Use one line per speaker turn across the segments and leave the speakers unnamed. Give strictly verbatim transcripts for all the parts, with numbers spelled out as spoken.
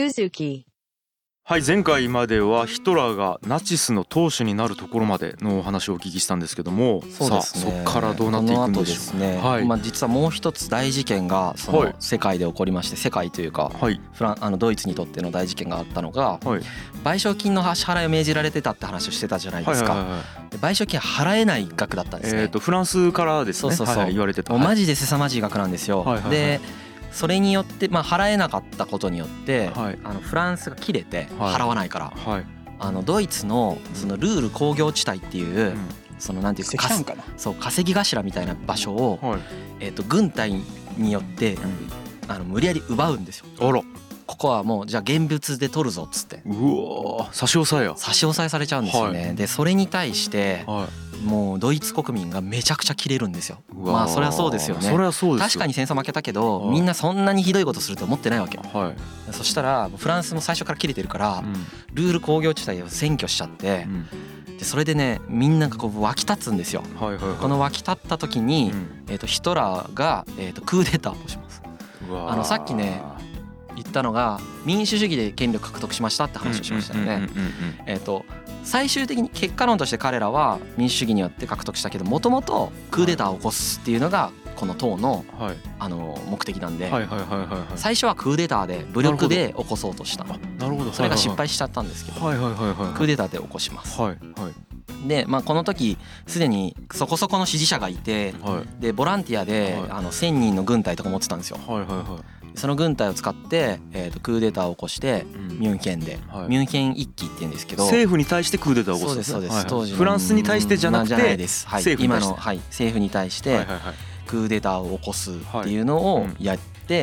Suzuki。
はい、前回まではヒトラーがナチスの党首になるところまでのお話をお聞きしたんですけども、
そうですね、
さあそこからどうなっていくんでしょう。
この後ですね、
はい、
まあ、実はもう一つ大事件がその世界で起こりまして、世界というか
はい
フランあのドイツにとっての大事件があったのが、
はい、
賠償金の支払いを命じられてたって話をしてたじゃないですか。
はいはいはいはい、
で賠償金払えない額だったんですね。
えーとフランスからですね、
そうそうそう、
はいはい、言われてた、
もうマジで凄まじい額なんですよ。
はいはいはい、
でそれによって、まあ、払えなかったことによって、
はい、
あのフランスが切れて
はい、
払わないから、
はい、
あのドイツのそのルール工業地帯っていう、うん、そのなんていうか、
石炭かな、
そう稼ぎ頭みたいな場所を、
はい、
えー、と軍隊によって、うん、あの無理やり奪うんですよ。
あら、
ここはもうじゃあ現物で取るぞっつって、
うわ差し押さえや
差し押さえされちゃうんですよね。はい、でそれに対して、はい、もうドイツ国民がめちゃくちゃキレるんですよ。まあそれはそうですよね。
それはそうですよ。
確かに戦争負けたけど、
はい、
みんなそんなにひどいことすると思ってないわけ。
はい、
そしたらフランスも最初からキレてるから、うん、ルール工業地帯を占拠しちゃって、うん、でそれでねみんながこう湧き立つんですよ。はいはいはい、この湧き立った時に、うん、えー、とヒトラーが、えー、とクーデターを起こします。あのさっきね言ったのが民主主義で権力獲得しましたって話をしましたよね。えっと最終的に結果論として彼らは民主主義によって獲得したけど、もともとクーデターを起こすっていうのがこの党のあの目的なんで、最初はクーデターで武力で起こそうとした。なるほど。それが失敗しちゃったんですけど、クーデターで起こします。で、まあ、この時すでにそこそこの支持者がいて、でボランティアであのせんにんの軍隊とか持ってたんですよ。その軍隊を使って、えー、とクーデターを起こしてミュンヘンで、うん、ミュンヘン一揆って言うんですけど、
政府に対してクーデターを起こす、ね、
そうですそうです、当時の
フランスに対してじゃなくて、まあ、じゃないです、
はい、今の、はい、政府に対してクーデターを起こすっていうのをやって、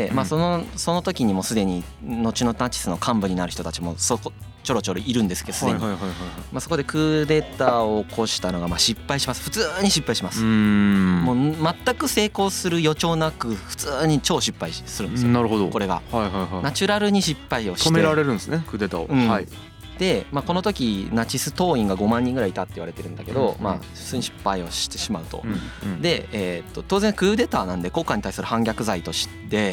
まあ、そのその時にもすでに後のナチスの幹部になる人たちもそこちょろちょろいるんですけど、すでにそこでクーデターを起こしたのがまあ失敗します。普通に失敗します。うーん、もう全く成功する予兆なく普通に超失敗するんですよ。
なるほど。
これが、
はいはいはい、
ナチュラルに失敗をして
止められるんですね、クーデターを、うん、はい。
で、まあ、この時ナチス党員がごまんにんぐらいいたって言われてるんだけど、うん、まあ普通に失敗をしてしまうと、うん、で、えー、と当然クーデターなんで国家に対する反逆罪として、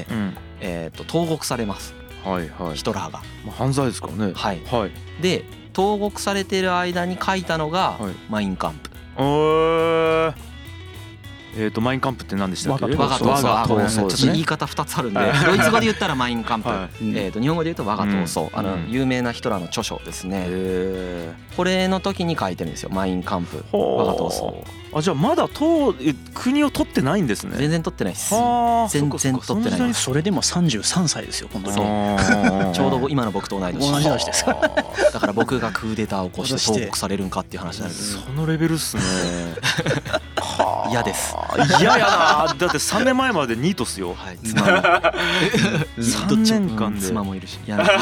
うん、えー、と投獄されます。はいはい、ヒトラーが、
まあ、犯罪ですからね。
はい、はい、で投獄されてる間に書いたのが、はい、マインカンプ。えー
えー、とマインカンプって何でしたっけ？
我が闘争。ごめんなさい、ちょっと言い方ふたつあるんで、ドイツ語で言ったらマインカンプ、はい、えー、と日本語で言うと我が闘争、うん、あの有名なヒトラーの著書ですね。これの時に書いてるんですよ、マインカンプ、我が闘争。
あ、じゃあまだ党国を取ってないんですね。
全然取ってないです。全然取ってないです。
それでもさんじゅうさんさいですよ、本当に。
そうちょうど今の僕と同い年。
同じ年ですか。
だから僕がクーデターを起こして投獄されるんかっていう話になるんです。
そのレベルっすね。
嫌です。
嫌やな。だってさんねんまえまでニートっすよ。はい、妻もさんねんかんで
妻もいるし。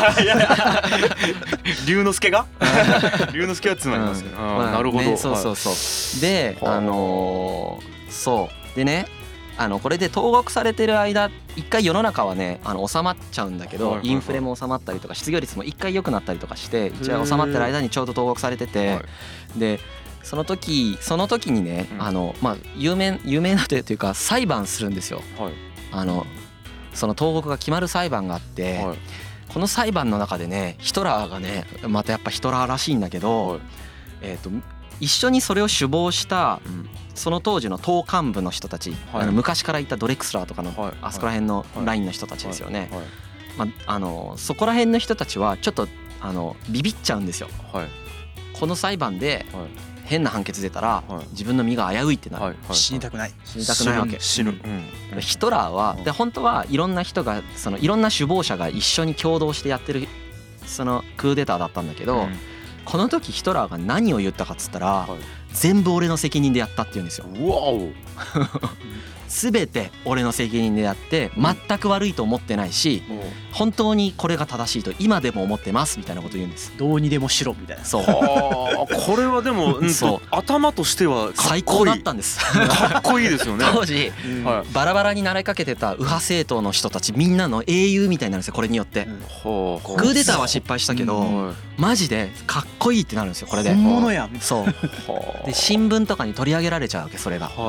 龍之介が龍之介は妻いますけど、なるほど。
そうそうそう。で、あのそうでね、あのこれで投獄されてる間一回世の中はねあの収まっちゃうんだけど、インフレも収まったりとか失業率も一回良くなったりとかして一応収まってる間にちょうど投獄されてて、でその時その時にね、あのまあ有名有名なというか裁判するんですよ。あのその投獄が決まる裁判があって、この裁判の中でねヒトラーがねまたやっぱヒトラーらしいんだけど、えっと一緒にそれを首謀したその当時の党幹部の人たち、はい、あの昔からいたドレクスラーとかのあそこら辺のラインの人たちですよね。まあ、あのそこら辺の人たちはちょっとあのビビっちゃうんですよ。はい、この裁判で変な判決出たら自分の身が危ういってなる。はいはいはい、
死にたくない
死にたくないわけ。
死ぬ、
うん、ヒトラーはで本当はいろんな人がそのいろんな首謀者が一緒に共同してやってるそのクーデターだったんだけど、うん、この時ヒトラーが何を言ったかっつったら、はい、全部俺の責任でやったって言うんですよ。
うわお
全て俺の責任でやって全く悪いと思ってないし、うん、本当にこれが正しいと今でも思ってますみたいなこと言うんです。
どうにでもしろみたいな。
そう
これはでも、うん、そう頭としてはかっこいい、
最高だったんです。
かっこいいですよね。
当時、うん、バラバラに習いかけてた右派政党の人たちみんなの英雄みたいになるんですよ、これによって。うん、クーデターは失敗したけど、うん、マジでかっこいいってなるんですよ、これで。
本物や。
そうで新聞とかに取り上げられちゃうわけ、それが。はい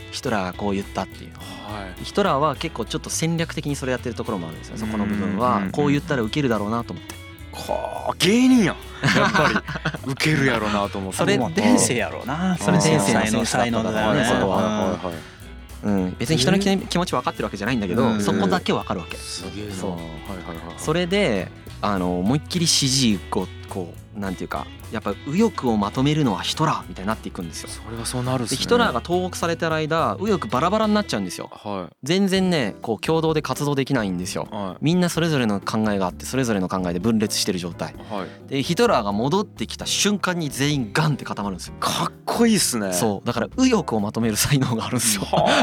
ヒトラーがこう言ったっていう、
はい、
ヒトラーは結構ちょっと戦略的にそれやってるところもあるんですよ。そこの部分はこう言ったらウケるだろうなと思って、
はあ、芸人やんやっぱりウケるやろうなと思って。
それ天性やろうな。
それ天性の
才能だよね、そこは。
うん、別に人の気持ち分かってるわけじゃないんだけど、そこだけ分かるわけ。
すげえな。
そう、それであの思いっきり支持をこうなんていうか、やっぱ右翼をまとめるのはヒトラーみたいになっていくんですよ。
それはそうなるっすね。
でヒトラーが投獄されてる間、右翼バラバラになっちゃうんですよ。
はい、
全然ねこう共同で活動できないんですよ。はい、みんなそれぞれの考えがあって、それぞれの考えで分裂してる状態。はい、でヒトラーが戻ってきた瞬間に全員ガンって固まるんですよ。
かっこいいっすね。
そうだから右翼をまとめる才能があるんですよ。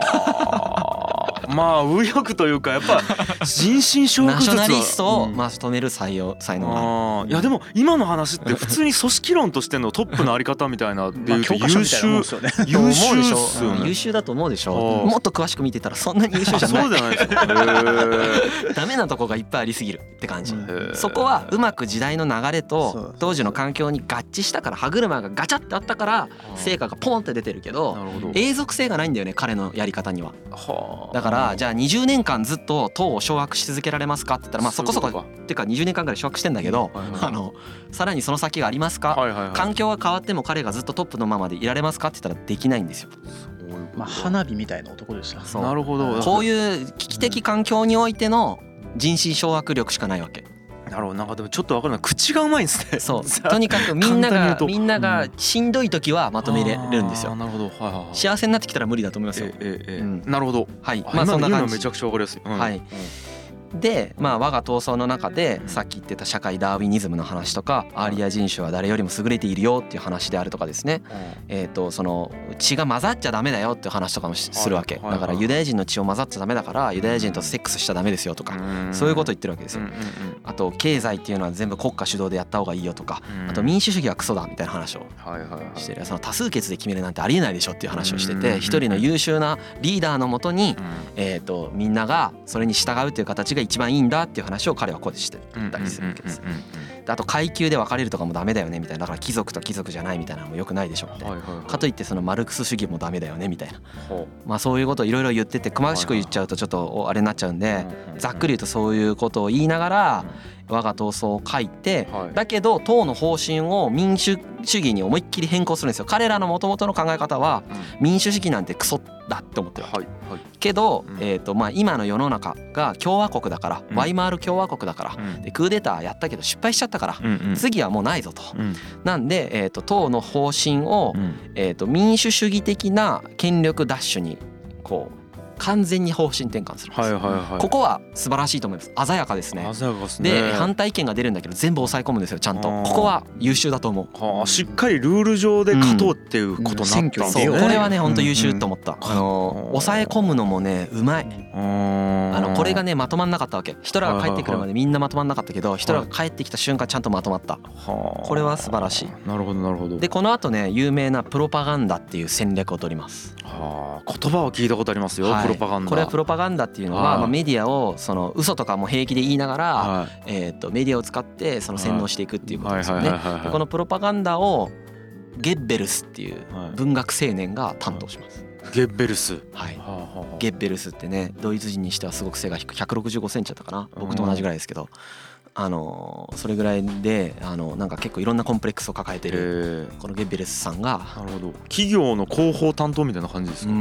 まあ右翼というかやっぱ人心掌握術は
ナショナリストをまとめる才能才能がある。
いやでも今の話って普通に組織論としてのトップのあり方みたいなっていうと優秀優秀っすよね。
優秀だと思うでしょ。もっと詳しく見てたらそんなに優秀じゃない。
そうじゃないですか。
ダメなとこがいっぱいありすぎるって感じ。そこはうまく時代の流れと当時の環境に合致したから、歯車がガチャってあったから成果がポンって出てるけど、永続性がないんだよね彼のやり方には。だからじゃあにじゅうねんかんずっと党を掌握し続けられますかって言ったら、まあそこそこっていうかにじゅうねんかんぐらい掌握してんだけど、あのさらにその先がありますか、環境が変わっても彼がずっとトップのままでいられますかって言ったらできないんですよ。
まあ花火みたいな男ですよ。
なるほど。
こういう危機的環境においての人心掌握力しかないわけ。
なるほど。なんかでもちょっと分かるな、口がうまいんですね。
そうとにかくみんながみんながしんどい時はまとめれるんですよ。
なるほど。はいはいはい。
幸せになってきたら無理だと思いますよ。
ええええ、うん、なるほど。
はい。
まあそんな感じ。めちゃくちゃ分かりやすい。うん、
はい。で、まあ、我が闘争の中でさっき言ってた社会ダーウィニズムの話とか、アーリア人種は誰よりも優れているよっていう話であるとかですね、えーとその血が混ざっちゃダメだよっていう話とかもするわけ。だからユダヤ人の血を混ざっちゃダメだからユダヤ人とセックスしちゃダメですよとか、そういうこと言ってるわけですよ。あと経済っていうのは全部国家主導でやった方がいいよとか、あと民主主義はクソだみたいな話をしてる。その多数決で決めるなんてありえないでしょっていう話をしてて、一人の優秀なリーダーのもとにえーとみんながそれに従うっていう形が一番いいんだっていう話を彼はここでしてたりするわけです。であと階級で分かれるとかもダメだよねみたいな。だから貴族と貴族じゃないみたいなのもよくないでしょみたいな。かといってそのマルクス主義もダメだよねみたいな。まあそういうことをいろいろ言ってて、詳しく言っちゃうとちょっとあれになっちゃうんで、ざっくり言うとそういうことを言いながら我が闘争を書いて、だけど党の方針を民主主義に思いっきり変更するんですよ。彼らの元々の考え方は民主主義なんてクソだって思ってるわけ。けど、えーとまあ、今の世の中が共和国だから、うん、ワイマール共和国だから、うん、でクーデターやったけど失敗しちゃったから、うんうん、次はもうないぞと、うん、なんで、えーと党の方針を、うん、えーと民主主義的な権力奪取にこう完全に方針転換するんです、はいはいはい、ここは素晴らしいと思います。鮮やかですね。
鮮やかですね。
で反対意見が出るんだけど全部抑え込むんですよちゃんと。ここは優秀だと思う。
はあ、しっかりルール上で勝とうっていうことになったんですね、
うん、そうこれはね本当優秀と思った、うんうん、あの抑え込むのもねうまい。あのこれがねまとまんなかったわけ。ヒトラーが帰ってくるまでみんなまとまんなかったけど、ヒトラーが帰ってきた瞬間ちゃんとまとまった。これは素晴らしい。
なるほどなるほど。
でこの後ね有名なプロパガンダっていう戦略を取ります。
はあ、言葉は聞いたことありますよ、はい、プロパガンダ。
これはプロパガンダっていうのは、まあ、メディアをその嘘とかも平気で言いながら、はい、えー、とメディアを使ってその洗脳していくっていうことですよね。このプロパガンダをゲッベルスっていう文学青年が担当します。
ゲッベルス、
はい、ゲッベルスってねドイツ人にしてはすごく背が低くひゃくろくじゅうごセンチだったかな。僕と同じぐらいですけど、あのそれぐらいであのなんか結構いろんなコンプレックスを抱えてるこのゲッベルスさんが、
なるほど、企業の広報担当みたいな感じですか。うん、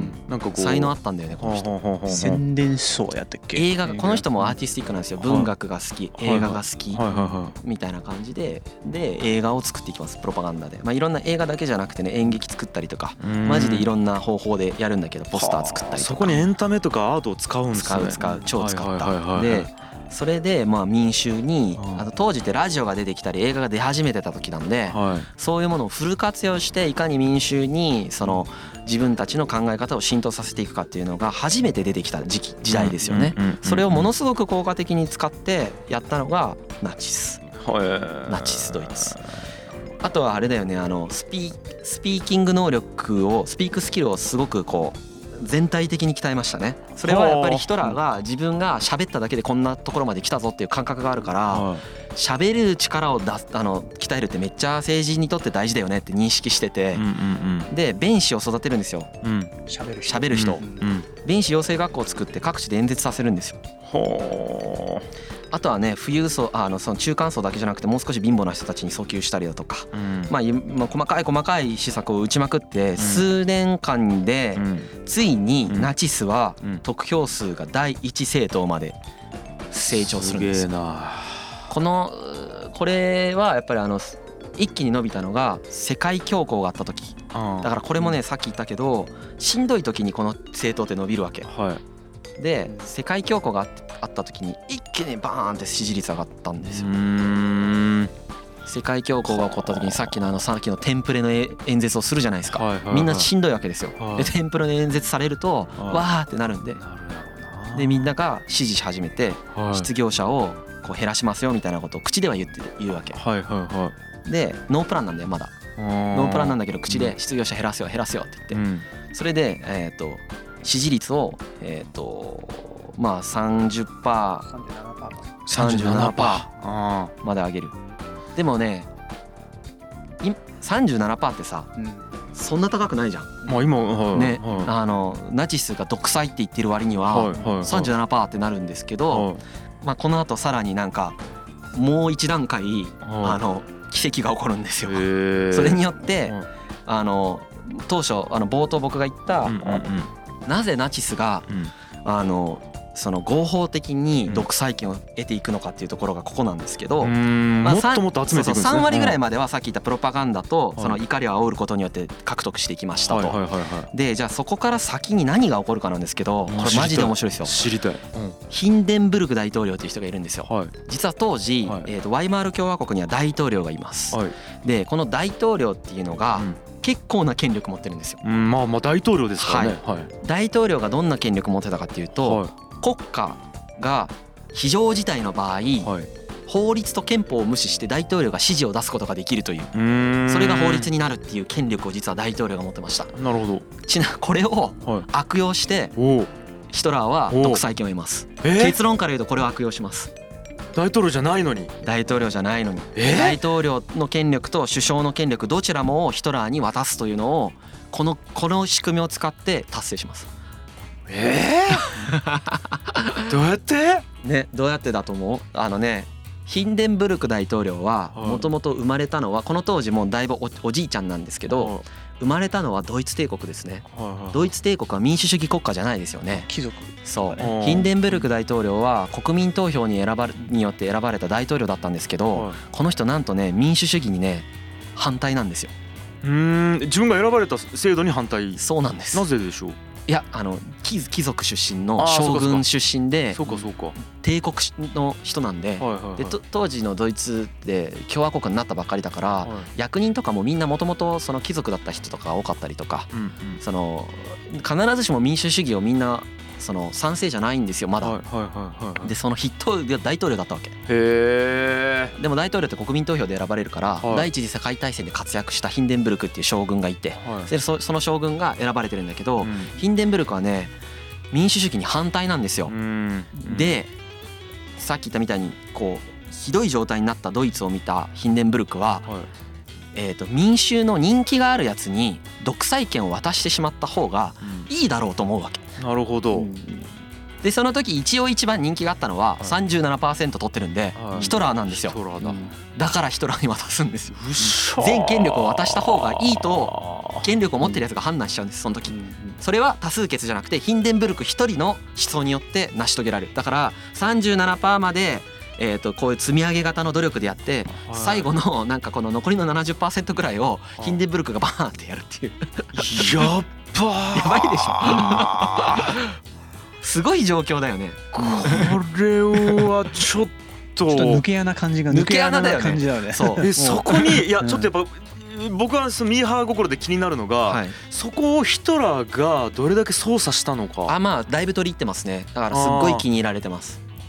なんかこう
才能あったんだよねこの人。
宣伝層やったっけ。
映画がこの人もアーティスティックなんですよ。文学が好き、映画が好きみたいな感じでで映画を作っていきますプロパガンダで。まあいろんな映画だけじゃなくてね、演劇作ったりとかマジでいろんな方法でやるんだけど、ポスター作ったりとか。
そこにエンタメとかアートを使うんですね。
使う使う超使ったで。それでまあ民衆に、あと当時ってラジオが出てきたり映画が出始めてた時なんで、そういうものをフル活用していかに民衆にその自分たちの考え方を浸透させていくかっていうのが初めて出てきた時期時代ですよね。それをものすごく効果的に使ってやったのがナチス、ナチスドイツ。あとはあれだよね、あのスピースピーキング能力をスピークスキルをすごくこう全体的に鍛えましたね。それはやっぱりヒトラーが自分が喋っただけでこんなところまで来たぞっていう感覚があるから喋る力を出すあの鍛えるってめっちゃ政治にとって大事だよねって認識してて、で弁士を育てるんですよ。喋る人、喋る人、弁士養成学校を作って各地で演説させるんですよ。ほー。あとはね富裕層あのその中間層だけじゃなくてもう少し貧乏な人たちに訴求したりだとか、まあ細かい細かい施策を打ちまくって数年間でついにナチスは得票数が第一政党まで成長するんですよ。このこれはやっぱりあの一気に伸びたのが世界恐慌があった時だからこれもねさっき言ったけどしんどい時にこの政党って伸びるわけ。で世界恐慌があった時に一気にバーンって支持率上がったんですよ。うーん世界恐慌が起こった時にさっきのあのさっきのテンプレの演説をするじゃないですか。みんなしんどいわけですよ。でテンプレの演説されるとわーってなるんででみんなが支持し始めて失業者をこう減らしますよみたいなことを口では言って言うわけ。でノープランなんだよまだ。ノープランなんだけど口で失業者減らすよ減らすよって言ってそれでえっと支持率をえっとまあ さんじゅっパーセント さんじゅうななパーセント まで上げる。でもね さんじゅうななパーセント ってさ、うん、そんな高くないじゃん。まあ今、はいねはい、あのナチスが独裁って言ってる割には さんじゅうななパーセント ってなるんですけど、はいまあ、この後さらになんかもう一段階、はい、あの奇跡が起こるんですよ。それによって、はい、あの当初あの冒頭僕が言った、うんうんうん、なぜナチスが、うん、あのその合法的に独裁権を得ていくのかっていうところがここなんですけど、まあ、もっともっと集めていくんですね。さんわりぐらいまではさっき言ったプロパガンダとその怒りを煽ることによって獲得していきましたと。でじゃあそこから先に何が起こるかなんですけど、これマジで面白いですよ。知りたい。ヒンデンブルク大統領っていう人がいるんですよ。実は当時えとワイマール共和国には大統領がいます。でこの大統領っていうのが結構な権力持ってるんですよ。うん、まあまあ大統領ですからね。はい、大統領がどんな権力持ってたかっていうと、はい、国家が非常事態の場合、はい、法律と憲法を無視して大統領が指示を出すことができるという、うーんそれが法律になるっていう権力を実は大統領が持ってました。なるほど。ちなこれを悪用してヒトラーは独裁権を得ます。えー、結論から言うとこれを悪用します。大統領じゃないのに大統領じゃないのに、えー、大統領の権力と首相の権力どちらもヒトラーに渡すというのをこのこの仕組みを使って達成します。えー、どうやってねどうやってだと思う？あのねヒンデンブルク大統領はもともと生まれたのはこの当時もうだいぶ お, おじいちゃんなんですけど、生まれたのはドイツ帝国ですね。ドイツ帝国は民主主義国家じゃないですよね。貴族。そうヒンデンブルク大統領は国民投票に選ばによって選ばれた大統領だったんですけど、この人なんとね民主主義にね反対なんですよ。うーん自分が選ばれた制度に反対。そうなんです。なぜでしょう？いやあの貴族出身の将軍出身で帝国の人なんで、で当時のドイツで共和国になったばっかりだから役人とかもみんなもともとその貴族だった人とかが多かったりとか、その必ずしも民主主義をみんなその賛成じゃないんですよまだ。でその筆頭が大統領だったわけ。へー。でも大統領って国民投票で選ばれるから、はい、第一次世界大戦で活躍したヒンデンブルクっていう将軍がいて、はい、で そ, その将軍が選ばれてるんだけど、うん、ヒンデンブルクはね民主主義に反対なんですよ。うんうん、でさっき言ったみたいにこうひどい状態になったドイツを見たヒンデンブルクは、はいえー、と民衆の人気があるやつに独裁権を渡してしまった方がいいだろうと思うわけ。うん、なるほど。うんでその時一応一番人気があったのは さんじゅうななパーセント 取ってるんでヒトラーなんですよ。だからヒトラーに渡すんですよ。全権力を渡した方がいいと権力を持ってるやつが判断しちゃうんです。その時それは多数決じゃなくてヒンデンブルク一人の思想によって成し遂げられる。だから さんじゅうななパーセント までえーとこういう積み上げ型の努力でやって最後のなんかこの残りの ななじゅっパーセント ぐらいをヒンデンブルクがバーンってやるっていうやっばーやばいでしょすごい状況だよね。これはちょっとちょっと抜け穴感じが抜け穴だよね。そうでそこにいやちょっとやっぱ僕はそのミーハー心で気になるのが、はい、そこをヒトラーがどれだけ操作したのか。あまあだいぶ取り入ってますね。だからすっごい気に入られてます。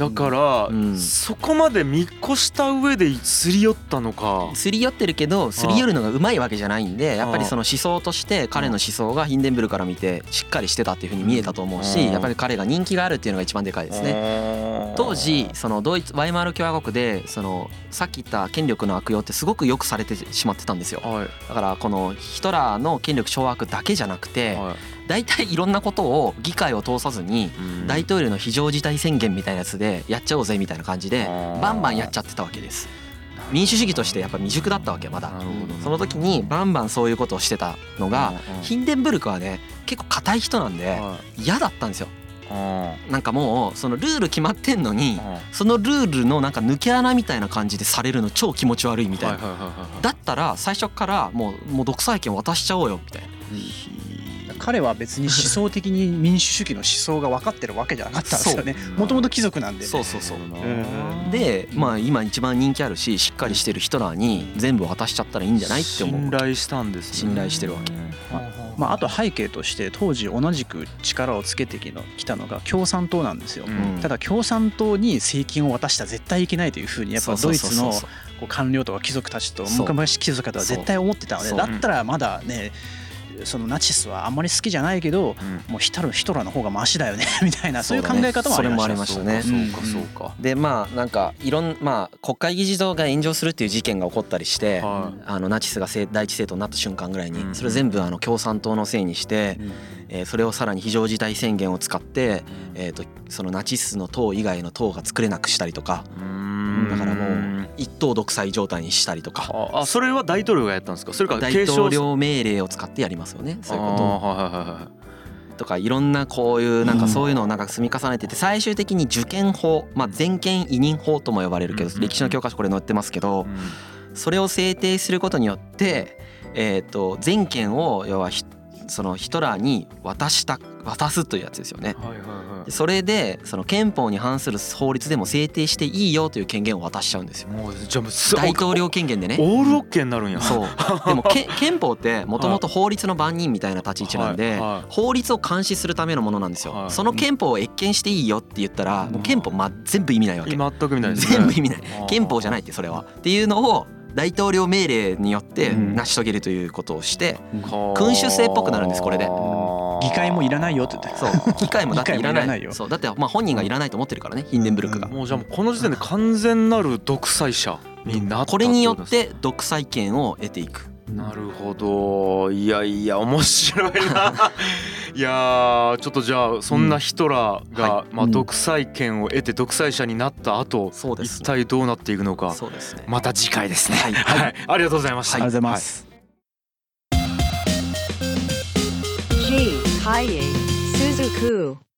だから、
うん、
そこまで見越した上ですり寄ったのか。
すり寄ってるけどすり寄るのがうまいわけじゃないんで、やっぱりその思想として彼の思想がヒンデンブルクから見てしっかりしてたっていう風に見えたと思うし、やっぱり彼が人気があるっていうのが一番でかいですね。当時そのドイツワイマール共和国でそのさっき言った権力の悪用ってすごくよくされてしまってたんですよ。だからこのヒトラーの権力掌握だけじゃなくて、大体いろんなことを議会を通さずに大統領の非常事態宣言みたいなやつでやっちゃおうぜみたいな感じでバンバンやっちゃってたわけです。民主主義としてやっぱ未熟だったわけまだ。その時にバンバンそういうことをしてたのが、ヒンデンブルクはね結構硬い人なんで嫌だったんですよ。なんかもうそのルール決まってんのにそのルールのなんか抜け穴みたいな感じでされるの超気持ち悪いみたいな。だったら最初からもうもう独裁権渡しちゃおうよみたいな。
彼は別に思想的に民主主義の思想が分かってるわけじゃなかったんですよね。もともと貴族なんで、ね、
そうそうそう。でまあ今一番人気あるししっかりしてるヒトラーに全部渡しちゃったらいいんじゃないって思う。
信頼したんですね。
信頼してるわけ。
まあ、あと背景として当時同じく力をつけてきたのが共産党なんですよ、うん、ただ共産党に政権を渡したら絶対いけないというふうにやっぱドイツの官僚とか貴族たちと昔貴族方は絶対思ってたので、だったらまだねそのナチスはあんまり好きじゃないけど、もうヒトラーの方がマシだよねみたいなそういう考え方もありました。
それもありましたね。
そうかそうか。
でまあなんかいろんまあ国会議事堂が炎上するっていう事件が起こったりして、あのナチスが第一政党になった瞬間ぐらいにそれ全部あの共産党のせいにして、えそれをさらに非常事態宣言を使ってえっとそのナチスの党以外の党が作れなくしたりとか。だからもう一党独裁状態にしたりとか。
あ、それは大統領がやったんですか？それか
大統領命令を使ってやりますよね。そういうことをとかいろんなこういうなんかそういうのをなんか積み重ねてて、最終的に受験法、まあ全権委任法とも呼ばれるけど、歴史の教科書これ載ってますけど、それを制定することによってえっと全権を要はそのヒトラーに渡した渡すというやつですよね。それでその憲法に反する法律でも制定していいよという権限を渡しちゃうんですよ。もうじゃあ大統領権限でね。
オールオッケーになるんや。
そう。でもけ憲法ってもともと法律の番人みたいな立ち位置なんで、法律を監視するためのものなんですよ。その憲法を越権していいよって言ったらもう憲法ま全部意味ないわけ。
全く意味ないですね。
全部意味ない。憲法じゃないってそれはっていうのを大統領命令によって成し遂げるということをして君主制っぽくなるんです。これで
議会もいらないよって言って。
そう議会もだっていらないよ。そうだってまあ本人がいらないと思ってるからね、ヒンデンブルクが。
もうじゃあもうこの時点で完全なる独裁者になった。
これによって独裁権を得ていく。
なるほど。いやいや面白いな。いやちょっとじゃあそんなヒトラーがまあ独裁権を得て独裁者になった後、一体どうなっていくのか、また次回ですね。はい、はい、ありがとうございました。
ありがとうございます。
G. Kaie Suzuku